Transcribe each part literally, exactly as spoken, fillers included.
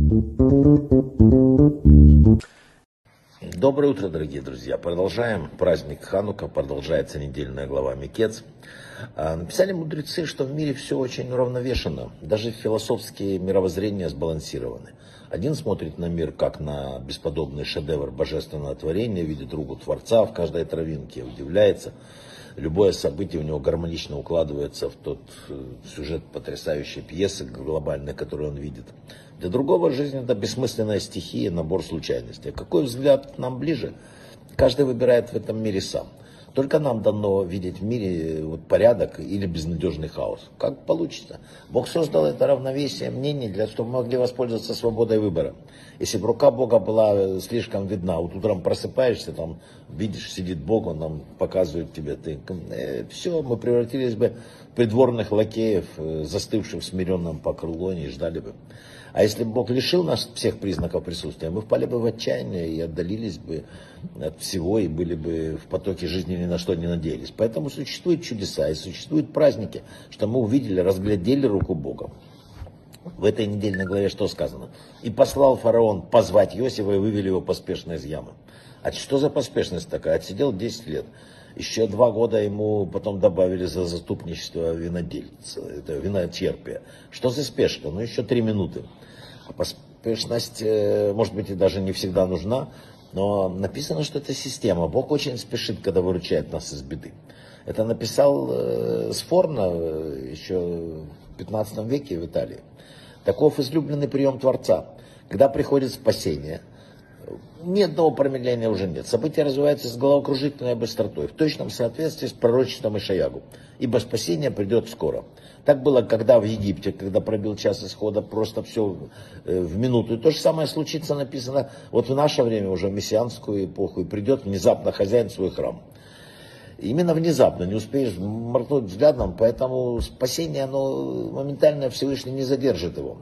Доброе утро, дорогие друзья. Продолжаем праздник Ханука, продолжается недельная глава Микец. Написали мудрецы, что в мире все очень уравновешено, даже философские мировоззрения сбалансированы. Один смотрит на мир как на бесподобный шедевр божественного творения, видит руку Творца в каждой травинке, удивляется. Любое событие у него гармонично укладывается в тот сюжет потрясающей пьесы глобальной, которую он видит. Для другого жизнь это бессмысленная стихия, набор случайностей. А какой взгляд нам ближе? Каждый выбирает в этом мире сам. Только нам дано видеть в мире вот порядок или безнадежный хаос. Как получится? Бог создал это равновесие мнений, для того, чтобы мы могли воспользоваться свободой выбора. Если бы рука Бога была слишком видна, вот утром просыпаешься, там видишь, сидит Бог, он нам показывает тебе, ты, э, все, мы превратились бы в придворных лакеев, э, застывших в смиренном покрылоне, и ждали бы. А если бы Бог лишил нас всех признаков присутствия, мы впали бы в отчаяние и отдалились бы от всего, и были бы в потоке жизни, ни на что не надеялись. Поэтому существуют чудеса и существуют праздники, что мы увидели, разглядели руку Бога. В этой недельной главе что сказано? «И послал фараон позвать Иосифа, и вывели его поспешно из ямы». А что за поспешность такая? Отсидел десять лет. Еще два года ему потом добавили за заступничество винодельца, это виночерпия. Что за спешка? Ну, еще три минуты. Поспешность, может быть, и даже не всегда нужна, но написано, что это система. Бог очень спешит, когда выручает нас из беды. Это написал Сфорно еще в пятнадцатом веке в Италии. Таков излюбленный прием Творца. Когда приходит спасение, ни одного промедления уже нет. События развиваются с головокружительной быстротой, в точном соответствии с пророчеством Ишаягу. Ибо спасение придет скоро. Так было, когда в Египте, когда пробил час исхода, просто все в минуту. И то же самое случится, написано, вот в наше время, уже в мессианскую эпоху, и придет внезапно хозяин в свой храм. Именно внезапно, не успеешь моргнуть взглядом, поэтому спасение, оно моментально Всевышний не задержит его.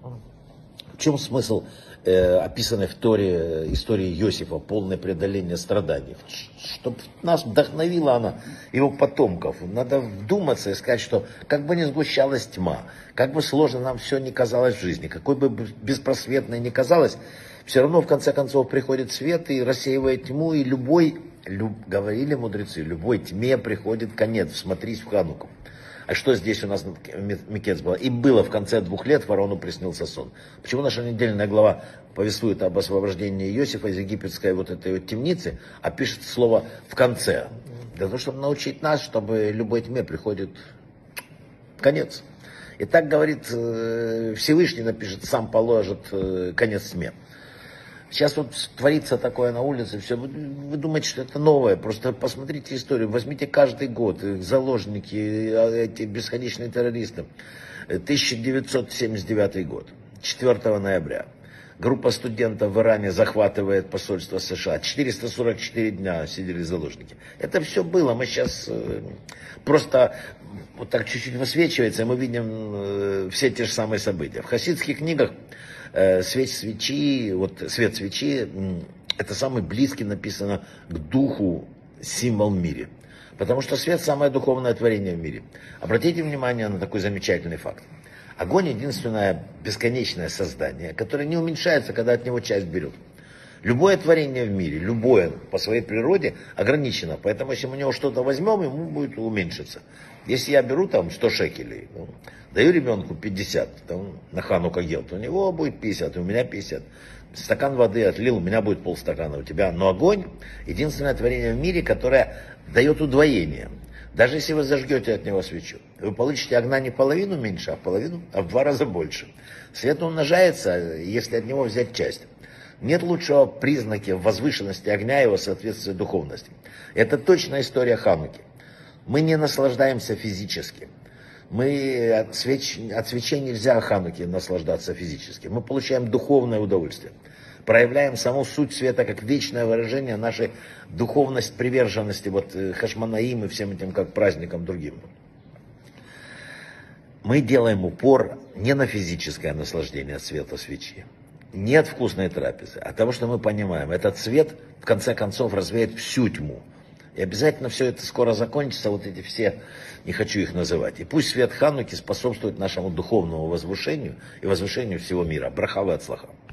В чем смысл э, описанной в Торе истории Иосифа, полное преодоление страданий? Чтобы нас вдохновила она, его потомков. Надо вдуматься и сказать, что как бы ни сгущалась тьма, как бы сложно нам все ни казалось в жизни, какой бы беспросветной ни казалось, все равно в конце концов приходит свет и рассеивает тьму, и любой, люб, говорили мудрецы, любой тьме приходит конец. Всмотрись в Хануку. А что здесь у нас Микец было? И было в конце двух лет фараону приснился сон. Почему наша недельная глава повествует об освобождении Иосифа из египетской вот этой вот темницы, а пишет слово в конце? Для того, чтобы научить нас, чтобы любой тьме приходит конец. И так говорит Всевышний, напишет, сам положит конец тьме. Сейчас вот творится такое на улице, все. Вы, вы думаете, что это новое? Просто посмотрите историю. Возьмите каждый год. Заложники, эти бесконечные террористы. тысяча девятьсот семьдесят девятый год. четвёртого ноября. Группа студентов в Иране захватывает посольство США. четыреста сорок четыре дня сидели заложники. Это все было. Мы сейчас просто вот так чуть-чуть высвечивается, и мы видим все те же самые события. В хасидских книгах свет свечи, вот свет свечи, это самый близкий, написано, к духу символ в мире. Потому что свет самое духовное творение в мире. Обратите внимание на такой замечательный факт. Огонь единственное бесконечное создание, которое не уменьшается, когда от него часть берут. Любое творение в мире, любое по своей природе ограничено. Поэтому если мы у него что-то возьмем, ему будет уменьшиться. Если я беру там сто шекелей, ну, даю ребенку пятьдесят, там, на Ханука ел, то у него будет пятьдесят, и у меня пятьдесят. Стакан воды отлил, у меня будет полстакана, у тебя. Но огонь единственное творение в мире, которое дает удвоение. Даже если вы зажгете от него свечу, вы получите огня не половину меньше, а половину, а в два раза больше. Свет умножается, если от него взять часть. Нет лучшего признака возвышенности огня и его соответствия духовности. Это точная история Хануки. Мы не наслаждаемся физически. Мы от, свеч, от свечей нельзя Хануки наслаждаться физически. Мы получаем духовное удовольствие. Проявляем саму суть света как вечное выражение нашей духовности, приверженности вот, Хашманаим и всем этим как праздникам другим. Мы делаем упор не на физическое наслаждение от света свечи, не от вкусной трапезы, а того, что мы понимаем, этот свет в конце концов развеет всю тьму. И обязательно все это скоро закончится, вот эти все, не хочу их называть. И пусть свет Хануки способствует нашему духовному возвышению и возвышению всего мира. Браха ве ацлаха.